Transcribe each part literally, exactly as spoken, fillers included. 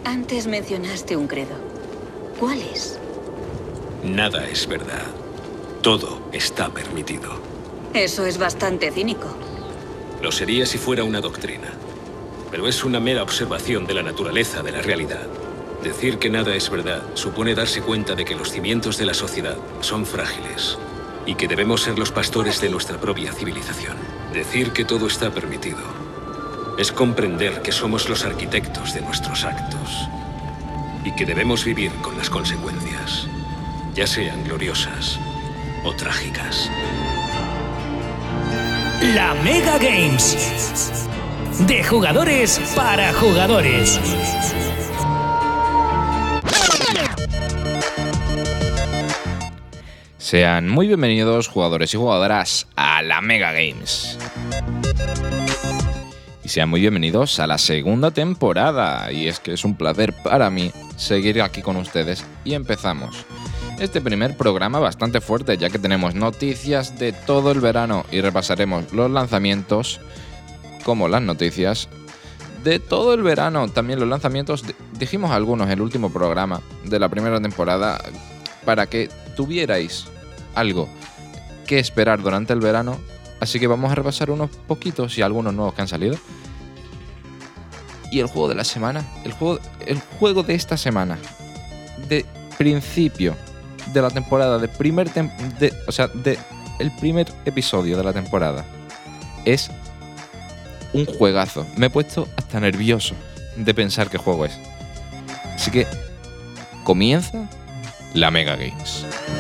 Antes mencionaste un credo. ¿Cuál es? Nada es verdad. Todo está permitido. Eso es bastante cínico. Lo sería si fuera una doctrina. Pero es una mera observación de la naturaleza de la realidad. Decir que nada es verdad supone darse cuenta de que los cimientos de la sociedad son frágiles y que debemos ser los pastores de nuestra propia civilización. Decir que todo está permitido es comprender que somos los arquitectos de nuestros actos y que debemos vivir con las consecuencias, ya sean gloriosas o trágicas. La Mega Games. De jugadores para jugadores. Sean muy bienvenidos, jugadores y jugadoras, a la Mega Games. Y sean muy bienvenidos a la segunda temporada. Y es que es un placer para mí seguir aquí con ustedes. Y empezamos este primer programa bastante fuerte, ya que tenemos noticias de todo el verano y repasaremos los lanzamientos, como las noticias de todo el verano. También los lanzamientos, dijimos algunos en el último programa de la primera temporada, para que tuvierais algo que esperar durante el verano. Así que vamos a repasar unos poquitos y algunos nuevos que han salido. Y el juego de la semana, el juego, el juego de esta semana, de principio de la temporada, de primer tem- de, o sea, de el primer episodio de la temporada, es un juegazo. Me he puesto hasta nervioso de pensar qué juego es. Así que comienza la Mega Games.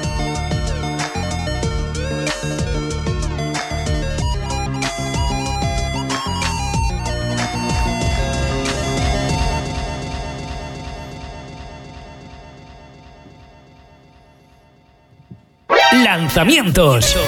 Lanzamientos.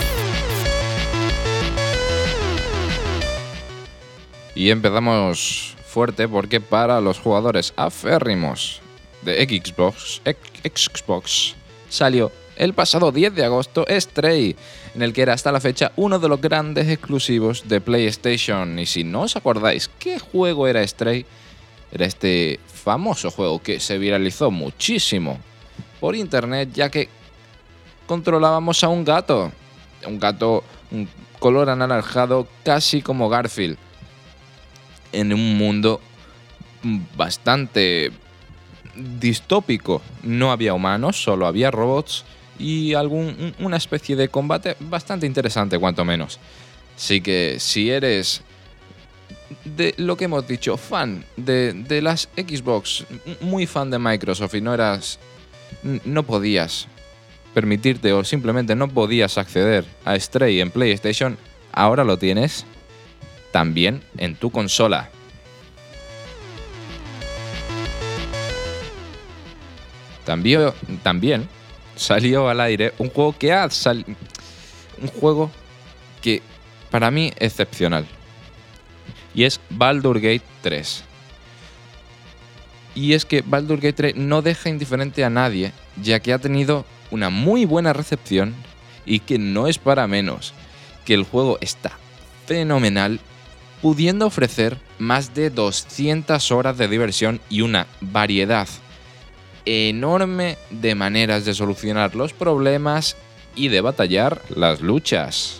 Y empezamos fuerte porque para los jugadores aférrimos de Xbox, Xbox salió el pasado diez de agosto Stray, en el que era hasta la fecha uno de los grandes exclusivos de PlayStation. Y si no os acordáis qué juego era Stray, era este famoso juego que se viralizó muchísimo por internet, ya que controlábamos a un gato, un gato un color anaranjado casi como Garfield, en un mundo bastante distópico. No había humanos, solo había robots y algún, una especie de combate bastante interesante, cuanto menos. Así que si eres, de lo que hemos dicho, fan de, de las Xbox, muy fan de Microsoft, y no eras, no podías permitirte o simplemente no podías acceder a Stray en PlayStation, ahora lo tienes también en tu consola. También, también salió al aire un juego que ha sal... un juego que para mí es excepcional, y es Baldur's Gate tres. Y es que Baldur's Gate tres no deja indiferente a nadie, ya que ha tenido una muy buena recepción y que no es para menos, que el juego está fenomenal, pudiendo ofrecer más de doscientas horas de diversión y una variedad enorme de maneras de solucionar los problemas y de batallar las luchas.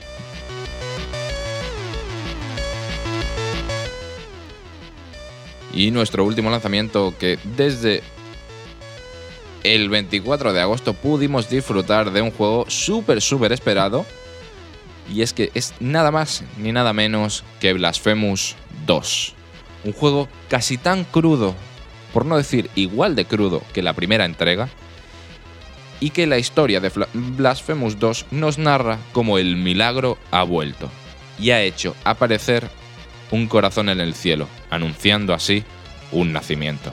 Y nuestro último lanzamiento, que desde el veinticuatro de agosto pudimos disfrutar de un juego súper súper esperado, y es que es nada más ni nada menos que Blasphemous dos. Un juego casi tan crudo, por no decir igual de crudo que la primera entrega, y que la historia de Blasphemous dos nos narra como el milagro ha vuelto y ha hecho aparecer un corazón en el cielo, anunciando así un nacimiento.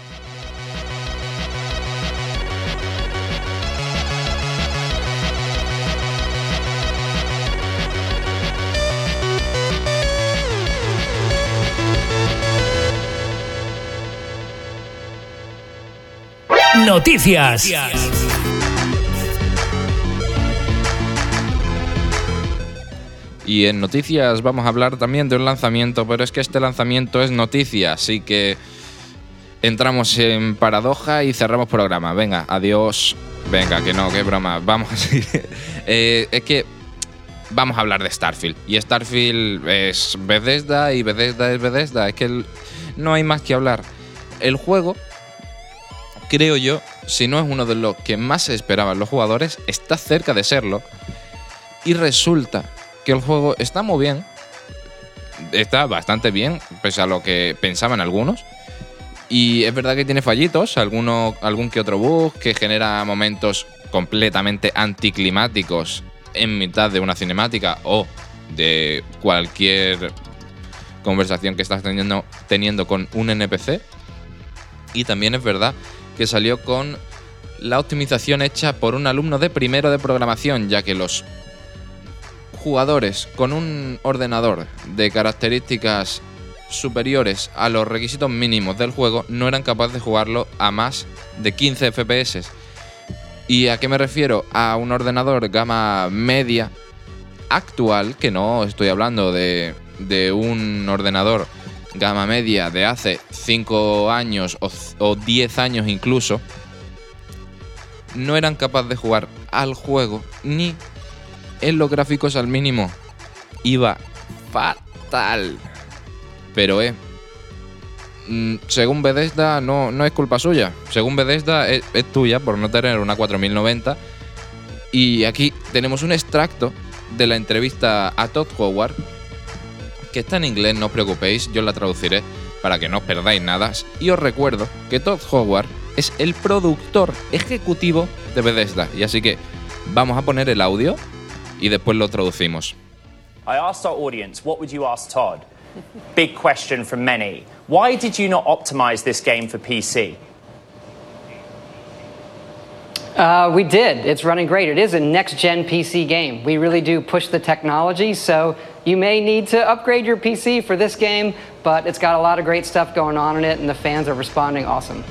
Noticias. Y en noticias vamos a hablar también de un lanzamiento, pero es que este lanzamiento es noticia, así que entramos en paradoja y cerramos programa. Venga, adiós. Venga, que no, que broma. Vamos a seguir. eh, es que vamos a hablar de Starfield. Y Starfield es Bethesda y Bethesda es Bethesda. Es que el, no hay más que hablar. El juego, creo yo, si no es uno de los que más se esperaban los jugadores, está cerca de serlo. Y resulta que el juego está muy bien. Está bastante bien, pese a lo que pensaban algunos. Y es verdad que tiene fallitos, alguno, algún que otro bug que genera momentos completamente anticlimáticos en mitad de una cinemática o de cualquier conversación que estás teniendo, teniendo con un N P C. Y también es verdad que salió con la optimización hecha por un alumno de primero de programación, ya que los jugadores con un ordenador de características superiores a los requisitos mínimos del juego no eran capaces de jugarlo a más de quince F P S. ¿Y a qué me refiero? A un ordenador gama media actual, que no estoy hablando de, de un ordenador gama media de hace cinco años o, o diez años incluso, no eran capaces de jugar al juego ni en los gráficos al mínimo. Iba fatal. Pero eh, según Bethesda no, no es culpa suya. Según Bethesda es, es tuya por no tener una cuatro mil noventa. Y aquí tenemos un extracto de la entrevista a Todd Howard, que está en inglés, no os preocupéis, yo la traduciré para que no os perdáis nada. Y os recuerdo que Todd Howard es el productor ejecutivo de Bethesda. Y así que vamos a poner el audio y después lo traducimos. I asked our audience, what would you ask Todd? Big question from many. Why did you not optimize this game for P C? Uh, we did. It's running great. It is a next-gen P C game. We really do push the technology, so you may need to upgrade your P C for this game, but it's got a lot of great stuff going on in it, and the fans are responding awesome.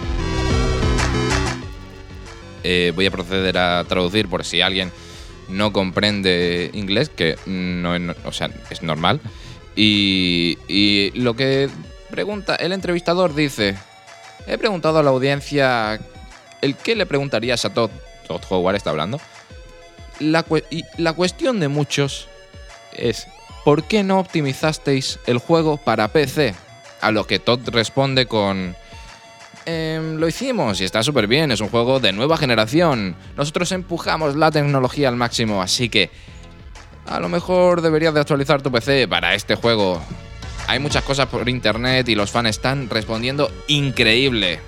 Eh, voy a proceder a traducir por si alguien no comprende inglés, que no es, o sea, es normal. Y, y lo que pregunta el entrevistador dice: he preguntado a la audiencia el qué le preguntarías a Todd. Todd Howard está hablando. La, y la cuestión de muchos es: ¿por qué no optimizasteis el juego para P C? A lo que Todd responde con: ehm, lo hicimos y está súper bien, es un juego de nueva generación. Nosotros empujamos la tecnología al máximo, así que a lo mejor deberías de actualizar tu P C para este juego. Hay muchas cosas por internet y los fans están respondiendo increíble.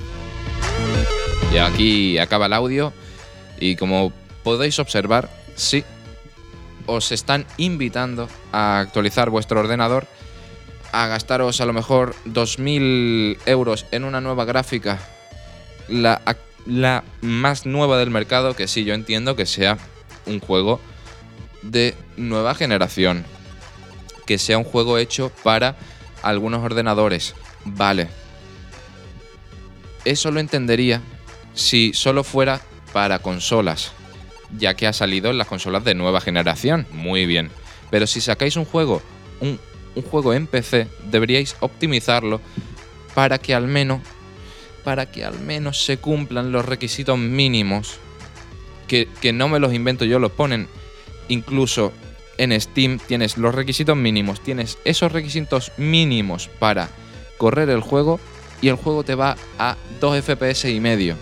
Y aquí acaba el audio. Y como podéis observar, sí, os están invitando a actualizar vuestro ordenador, a gastaros a lo mejor dos mil euros en una nueva gráfica, la, la más nueva del mercado, que sí, yo entiendo que sea un juego de nueva generación, que sea un juego hecho para algunos ordenadores, vale. Eso lo entendería si solo fuera para consolas, ya que ha salido en las consolas de nueva generación, muy bien. Pero si sacáis un juego, un, un juego en P C, deberíais optimizarlo para que al menos, para que al menos se cumplan los requisitos mínimos, que, que no me los invento yo, los ponen. Incluso en Steam tienes los requisitos mínimos, tienes esos requisitos mínimos para correr el juego y el juego te va a dos F P S y medio.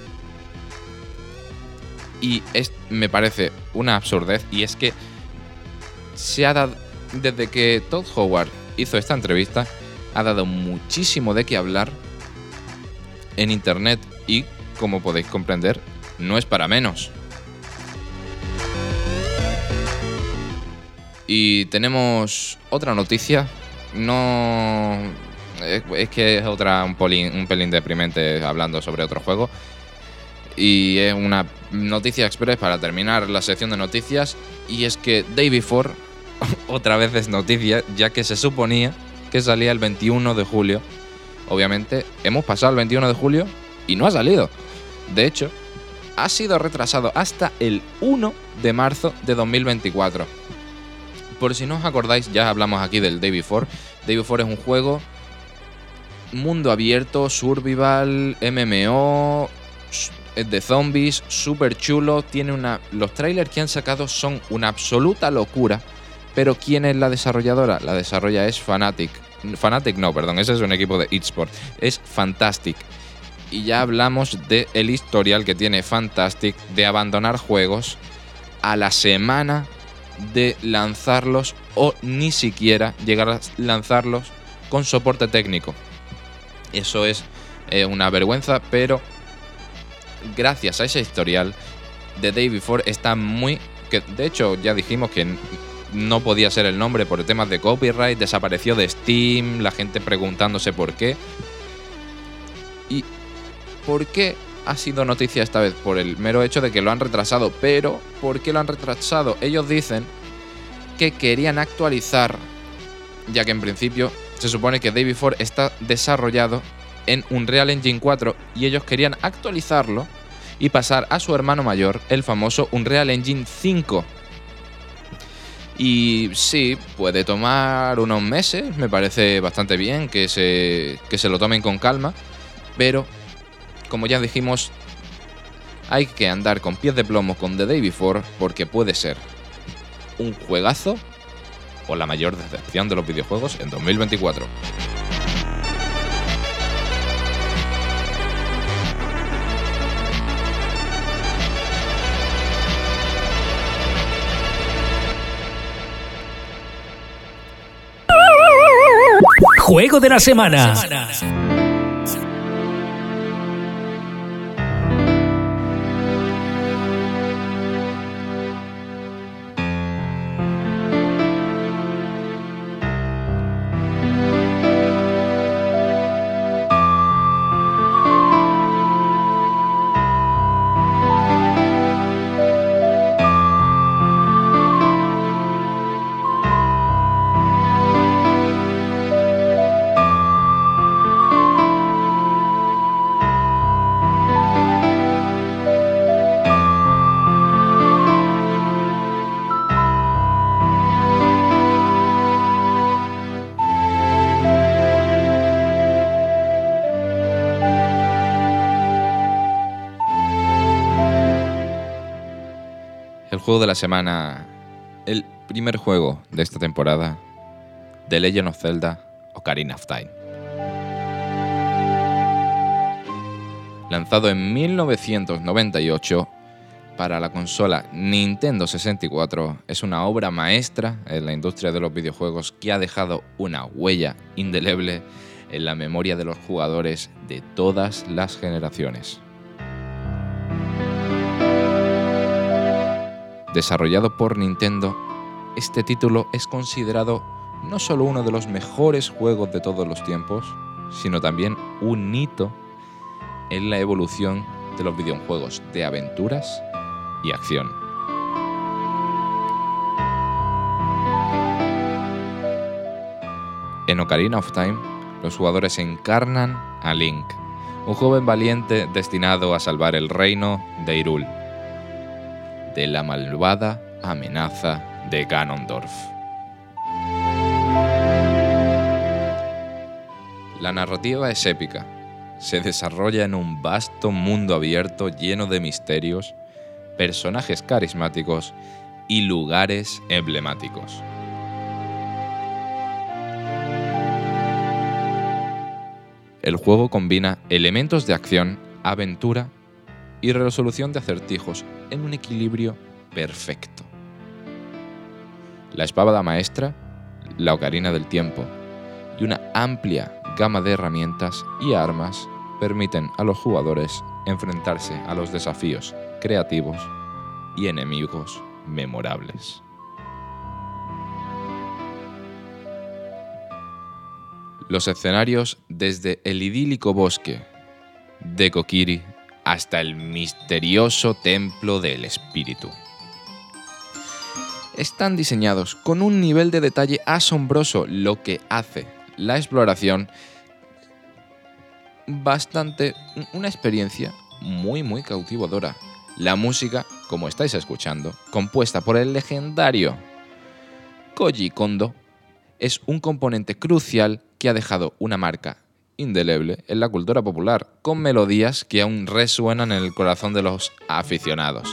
Y es, me parece una absurdez, y es que se ha dado, desde que Todd Howard hizo esta entrevista, ha dado muchísimo de qué hablar en internet y, como podéis comprender, no es para menos. Y tenemos otra noticia, no es, es que es otra un, polín, un pelín deprimente hablando sobre otro juego. Y es una noticia express para terminar la sección de noticias. Y es que Day Before, otra vez es noticia, ya que se suponía que salía el veintiuno de julio. Obviamente hemos pasado el veintiuno de julio y no ha salido. De hecho, ha sido retrasado hasta el uno de marzo de dos mil veinticuatro. Por si no os acordáis, ya hablamos aquí del Day Before. Day Before es un juego mundo abierto, survival, M M O, de zombies, súper chulo. Tiene una, los trailers que han sacado son una absoluta locura. Pero ¿quién es la desarrolladora? La desarrolla es Fnatic. Fnatic no, perdón, ese es un equipo de eSport. Es Fantastic. Y ya hablamos del historial que tiene Fantastic de abandonar juegos a la semana de lanzarlos o ni siquiera llegar a lanzarlos con soporte técnico. Eso es eh, una vergüenza, pero gracias a ese historial, The Day Before está muy... que de hecho ya dijimos que no podía ser el nombre por temas de copyright, desapareció de Steam, la gente preguntándose por qué. ¿Y por qué ha sido noticia esta vez? Por el mero hecho de que lo han retrasado. Pero, ¿por qué lo han retrasado? Ellos dicen que querían actualizar, ya que en principio se supone que Day Before está desarrollado en Unreal Engine cuatro y ellos querían actualizarlo y pasar a su hermano mayor, el famoso Unreal Engine cinco. Y sí, puede tomar unos meses, me parece bastante bien que se, que se lo tomen con calma, pero como ya dijimos, hay que andar con pies de plomo con The Day Before porque puede ser un juegazo o la mayor decepción de los videojuegos en dos mil veinticuatro. Juego de la semana. Juego de la semana, el primer juego de esta temporada, The Legend of Zelda Ocarina of Time. Lanzado en mil novecientos noventa y ocho para la consola Nintendo sesenta y cuatro, es una obra maestra en la industria de los videojuegos que ha dejado una huella indeleble en la memoria de los jugadores de todas las generaciones. Desarrollado por Nintendo, este título es considerado no solo uno de los mejores juegos de todos los tiempos, sino también un hito en la evolución de los videojuegos de aventuras y acción. En Ocarina of Time, los jugadores encarnan a Link, un joven valiente destinado a salvar el reino de Hyrule de la malvada amenaza de Ganondorf. La narrativa es épica. Se desarrolla en un vasto mundo abierto lleno de misterios, personajes carismáticos y lugares emblemáticos. El juego combina elementos de acción, aventura y resolución de acertijos en un equilibrio perfecto. La espada maestra, la ocarina del tiempo y una amplia gama de herramientas y armas permiten a los jugadores enfrentarse a los desafíos creativos y enemigos memorables. Los escenarios desde el idílico bosque de Kokiri hasta el misterioso templo del espíritu están diseñados con un nivel de detalle asombroso, lo que hace la exploración bastante una experiencia muy muy cautivadora. La música, como estáis escuchando, compuesta por el legendario Koji Kondo, es un componente crucial que ha dejado una marca indeleble en la cultura popular, con melodías que aún resuenan en el corazón de los aficionados.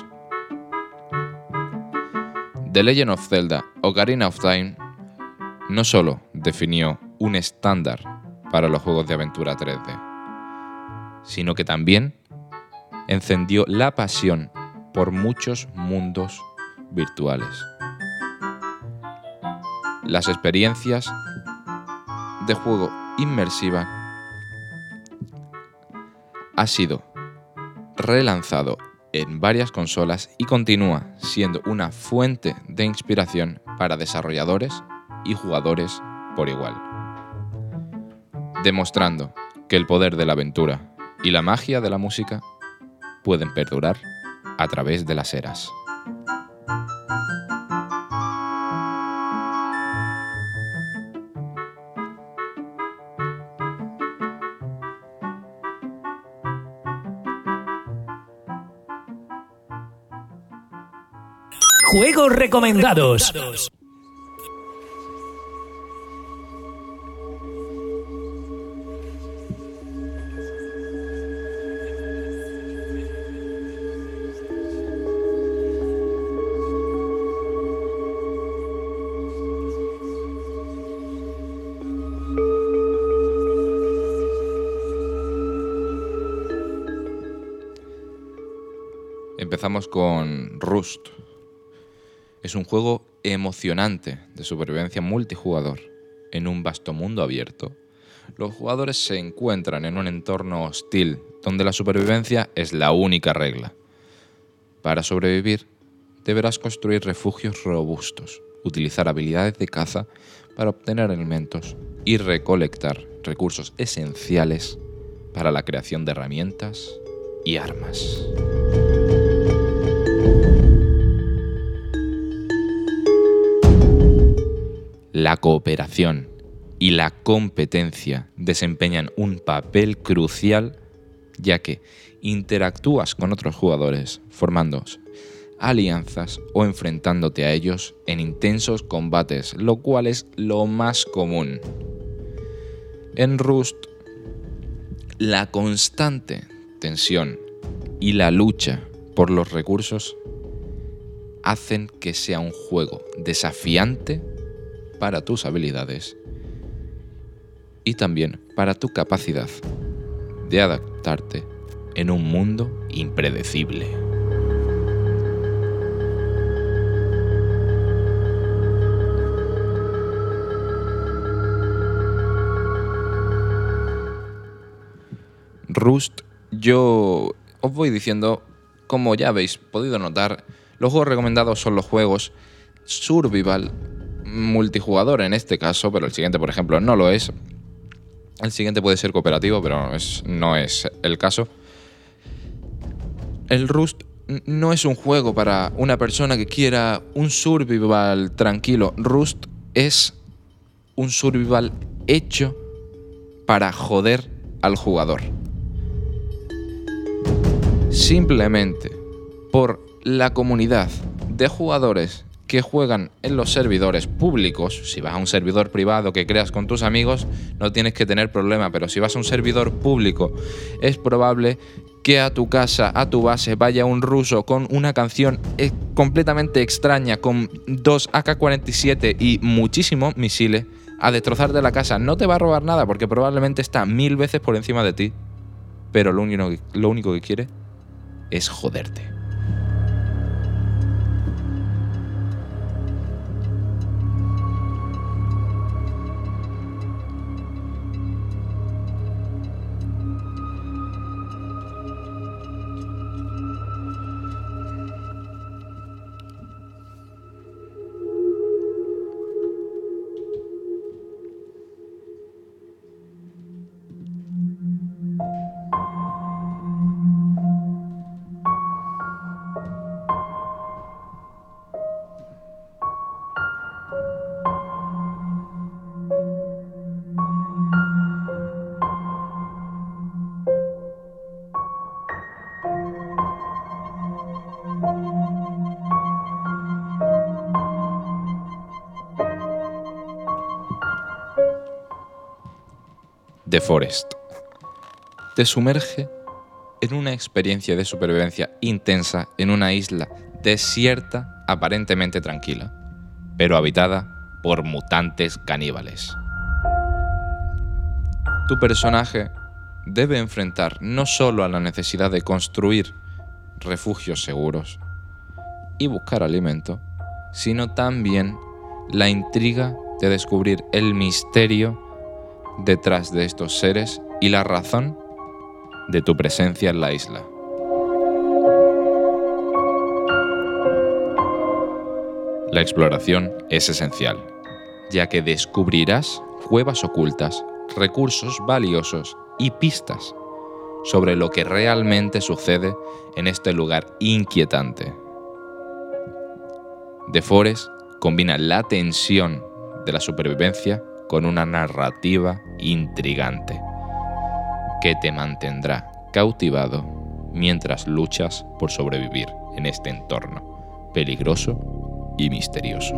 The Legend of Zelda: Ocarina of Time no solo definió un estándar para los juegos de aventura tres D, sino que también encendió la pasión por muchos mundos virtuales. Las experiencias de juego inmersiva ha sido relanzado en varias consolas y continúa siendo una fuente de inspiración para desarrolladores y jugadores por igual, demostrando que el poder de la aventura y la magia de la música pueden perdurar a través de las eras. Juegos recomendados. Empezamos con Rust. Es un juego emocionante de supervivencia multijugador en un vasto mundo abierto. Los jugadores se encuentran en un entorno hostil donde la supervivencia es la única regla. Para sobrevivir, deberás construir refugios robustos, utilizar habilidades de caza para obtener alimentos y recolectar recursos esenciales para la creación de herramientas y armas. La cooperación y la competencia desempeñan un papel crucial, ya que interactúas con otros jugadores, formando alianzas o enfrentándote a ellos en intensos combates, lo cual es lo más común. En Rust, la constante tensión y la lucha por los recursos hacen que sea un juego desafiante para tus habilidades y también para tu capacidad de adaptarte en un mundo impredecible. Rust, yo os voy diciendo, como ya habéis podido notar, los juegos recomendados son los juegos survival multijugador en este caso, pero el siguiente, por ejemplo, no lo es. El siguiente puede ser cooperativo, pero es, no es el caso. El Rust no es un juego para una persona que quiera un survival tranquilo. Rust es un survival hecho para joder al jugador. Simplemente por la comunidad de jugadores que juegan en los servidores públicos. Si vas a un servidor privado que creas con tus amigos, no tienes que tener problema, pero si vas a un servidor público, es probable que a tu casa, a tu base, vaya un ruso con una canción completamente extraña, con dos A K cuarenta y siete y muchísimos misiles, a destrozarte la casa. No te va a robar nada porque probablemente está mil veces por encima de ti, pero lo único, lo único que quiere es joderte. The Forest. te sumerge en una experiencia de supervivencia intensa en una isla desierta, aparentemente tranquila, pero habitada por mutantes caníbales. Tu personaje debe enfrentar no solo a la necesidad de construir refugios seguros y buscar alimento, sino también la intriga de descubrir el misterio detrás de estos seres y la razón de tu presencia en la isla. La exploración es esencial, ya que descubrirás cuevas ocultas, recursos valiosos y pistas sobre lo que realmente sucede en este lugar inquietante. The Forest combina la tensión de la supervivencia con una narrativa intrigante que te mantendrá cautivado mientras luchas por sobrevivir en este entorno peligroso y misterioso.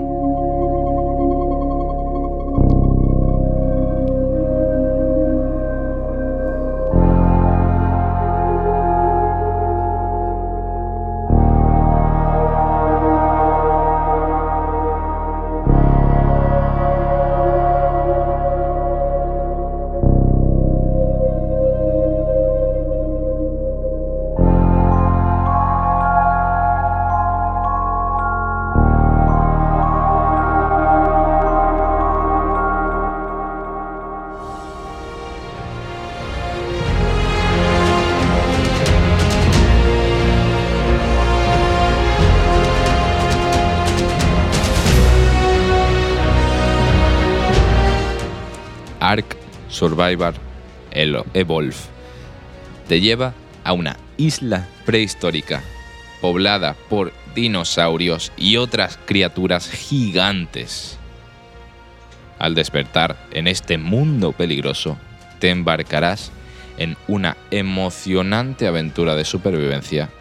Ark Survivor Evolve te lleva a una isla prehistórica poblada por dinosaurios y otras criaturas gigantes. Al despertar en este mundo peligroso, te embarcarás en una emocionante aventura de supervivencia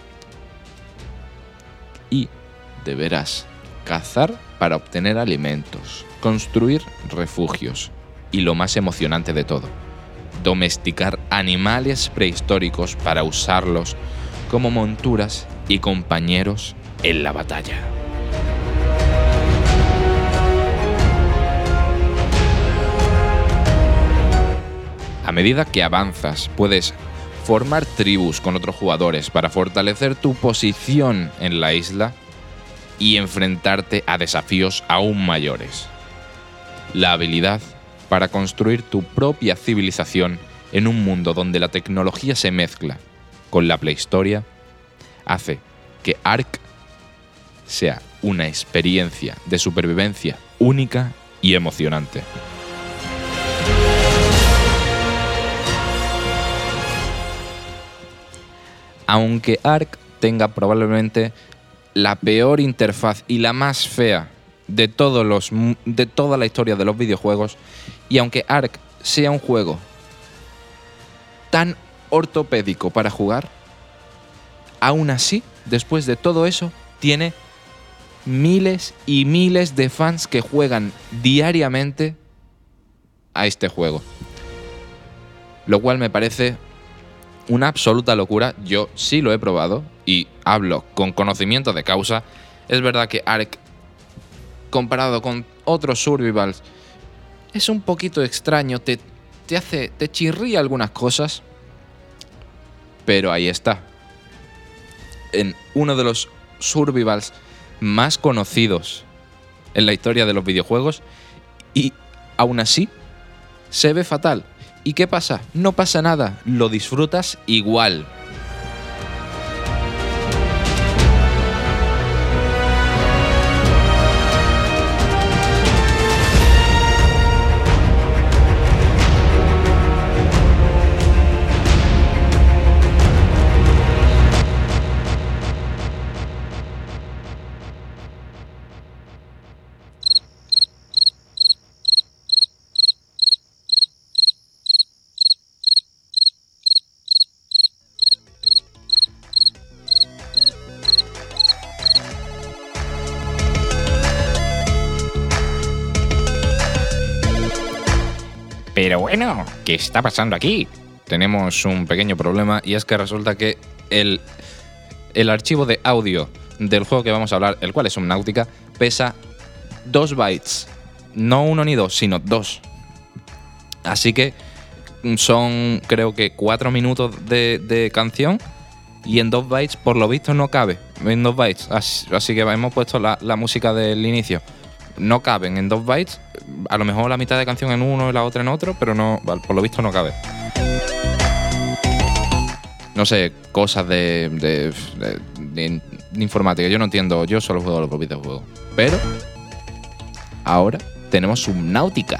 y deberás cazar para obtener alimentos, construir refugios y lo más emocionante de todo, domesticar animales prehistóricos para usarlos como monturas y compañeros en la batalla. A medida que avanzas, puedes formar tribus con otros jugadores para fortalecer tu posición en la isla y enfrentarte a desafíos aún mayores. La habilidad para construir tu propia civilización en un mundo donde la tecnología se mezcla con la prehistoria hace que Ark sea una experiencia de supervivencia única y emocionante. Aunque Ark tenga probablemente la peor interfaz y la más fea de, todos los, de toda la historia de los videojuegos, y aunque Ark sea un juego tan ortopédico para jugar, aún así, después de todo eso, tiene miles y miles de fans que juegan diariamente a este juego. Lo cual me parece una absoluta locura. Yo sí lo he probado y hablo con conocimiento de causa. Es verdad que Ark, comparado con otros survivals, es un poquito extraño, te, te hace, te chirría algunas cosas, pero ahí está. En uno de los survivals más conocidos en la historia de los videojuegos, y aún así se ve fatal. ¿Y qué pasa? No pasa nada, lo disfrutas igual. Pero bueno, ¿qué está pasando aquí? tenemos un pequeño problema y es que resulta que el, el archivo de audio del juego que vamos a hablar, el cual es Subnautica, pesa dos bytes. No uno ni dos, sino dos. Así que son, creo que, cuatro minutos de, de canción y en dos bytes, por lo visto, no cabe. En dos bytes. Así, así que hemos puesto la, la música del inicio. No caben en dos bytes. A lo mejor la mitad de canción en uno y la otra en otro, pero no, por lo visto no cabe. No sé, cosas de, de, de, de, de informática. Yo no entiendo, yo solo juego los videojuegos. Pero ahora tenemos Subnautica.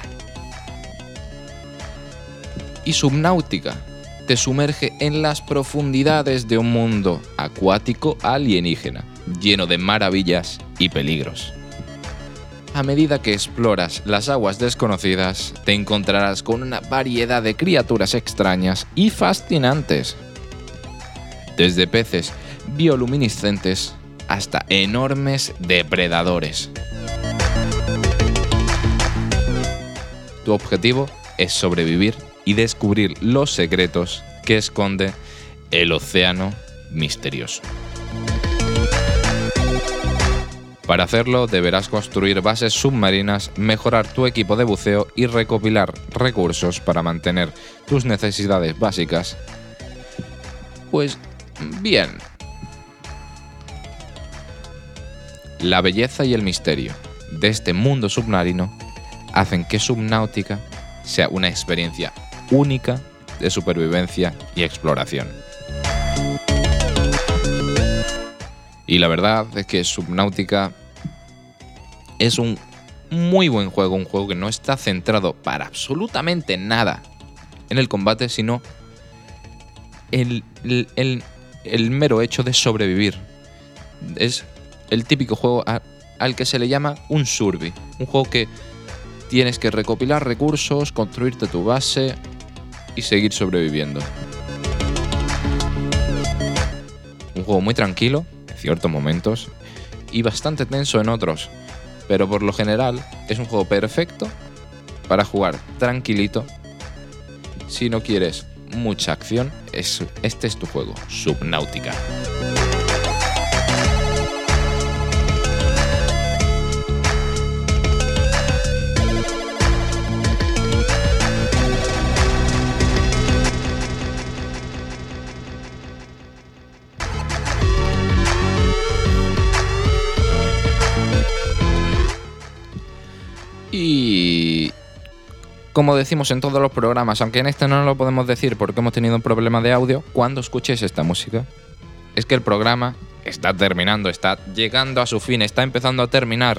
Y Subnautica te sumerge en las profundidades de un mundo acuático alienígena, lleno de maravillas y peligros. A medida que exploras las aguas desconocidas, te encontrarás con una variedad de criaturas extrañas y fascinantes. Desde peces bioluminiscentes hasta enormes depredadores. Tu objetivo es sobrevivir y descubrir los secretos que esconde el océano misterioso. Para hacerlo, deberás construir bases submarinas, mejorar tu equipo de buceo y recopilar recursos para mantener tus necesidades básicas. Pues bien. La belleza y el misterio de este mundo submarino hacen que Subnautica sea una experiencia única de supervivencia y exploración. Y la verdad es que Subnautica es un muy buen juego, un juego que no está centrado para absolutamente nada en el combate, sino el, el, el, el mero hecho de sobrevivir. Es el típico juego a, al que se le llama un survi, un juego que tienes que recopilar recursos, construirte tu base y seguir sobreviviendo. Un juego muy tranquilo en ciertos momentos y bastante tenso en otros, pero por lo general es un juego perfecto para jugar tranquilito. Si no quieres mucha acción, es, este es tu juego, Subnautica. Y como decimos en todos los programas, aunque en este no lo podemos decir porque hemos tenido un problema de audio, cuando escuchéis esta música, es que el programa está terminando, está llegando a su fin, está empezando a terminar.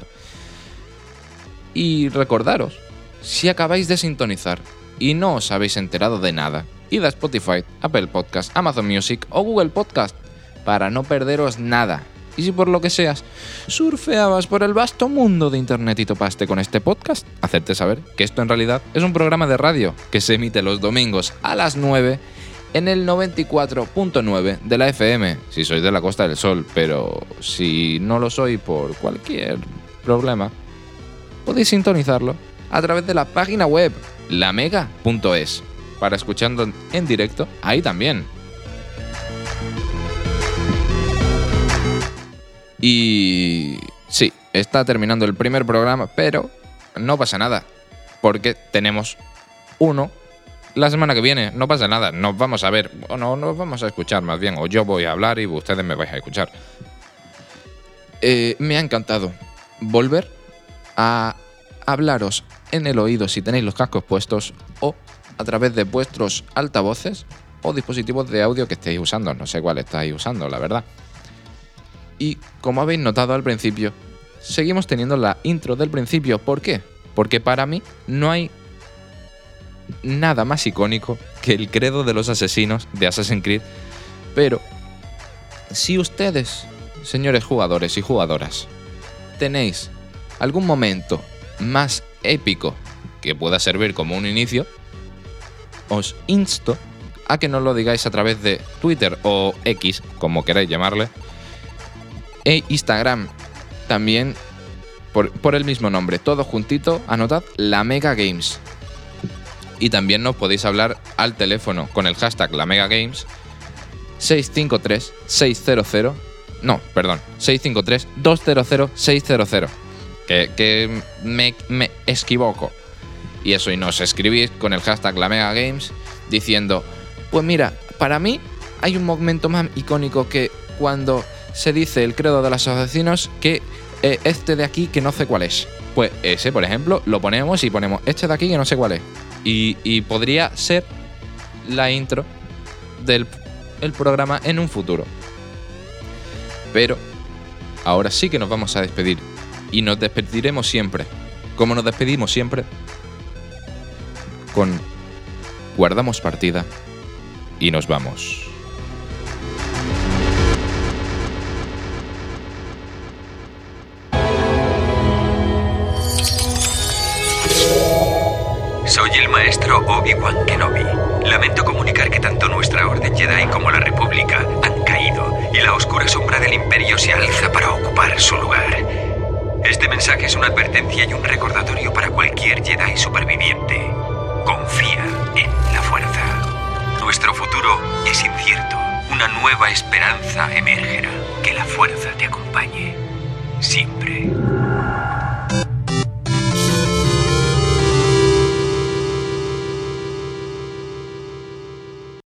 Y recordaros, si acabáis de sintonizar y no os habéis enterado de nada, id a Spotify, Apple Podcast, Amazon Music o Google Podcast para no perderos nada. Y si por lo que seas surfeabas por el vasto mundo de internet y topaste con este podcast, hacerte saber que esto en realidad es un programa de radio que se emite los domingos a las nueve en el noventa y cuatro punto nueve de la F M, si sois de la Costa del Sol, pero si no lo sois por cualquier problema, podéis sintonizarlo a través de la página web la mega punto es para escucharlo en directo ahí también. Y sí, está terminando el primer programa, pero no pasa nada, porque tenemos uno la semana que viene. No pasa nada, nos vamos a ver, o no, nos vamos a escuchar más bien, o yo voy a hablar y ustedes me vais a escuchar. Eh, me ha encantado volver a hablaros en el oído si tenéis los cascos puestos o a través de vuestros altavoces o dispositivos de audio que estéis usando. No sé cuál estáis usando, la verdad. Y como habéis notado al principio, seguimos teniendo la intro del principio. ¿Por qué? Porque para mí no hay nada más icónico que el credo de los asesinos de Assassin's Creed. Pero si ustedes, señores jugadores y jugadoras, tenéis algún momento más épico que pueda servir como un inicio, os insto a que nos lo digáis a través de Twitter o X, como queráis llamarle, e Instagram, también por, por el mismo nombre, todo juntito, anotad La Mega Games. Y también nos podéis hablar al teléfono con el hashtag LaMegaGames seis cinco tres seis cero cero. No, perdón, seis cinco tres dos cero cero seis cero cero. Que, que me, me equivoco. Y eso, y nos escribís con el hashtag LaMegaGames diciendo, pues mira, para mí hay un momento más icónico que cuando se dice el credo de los asesinos, que eh, este de aquí que no sé cuál es. Pues ese, por ejemplo, lo ponemos y ponemos este de aquí que no sé cuál es. Y, y podría ser la intro del el programa en un futuro. Pero ahora sí que nos vamos a despedir. Y nos despediremos siempre. Como nos despedimos siempre. Con guardamos partida y nos vamos. Soy el maestro Obi-Wan Kenobi. Lamento comunicar que tanto nuestra Orden Jedi como la República han caído y la oscura sombra del Imperio se alza para ocupar su lugar. Este mensaje es una advertencia y un recordatorio para cualquier Jedi superviviente. Confía en la Fuerza. Nuestro futuro es incierto. Una nueva esperanza emergerá. Que la Fuerza te acompañe. Siempre.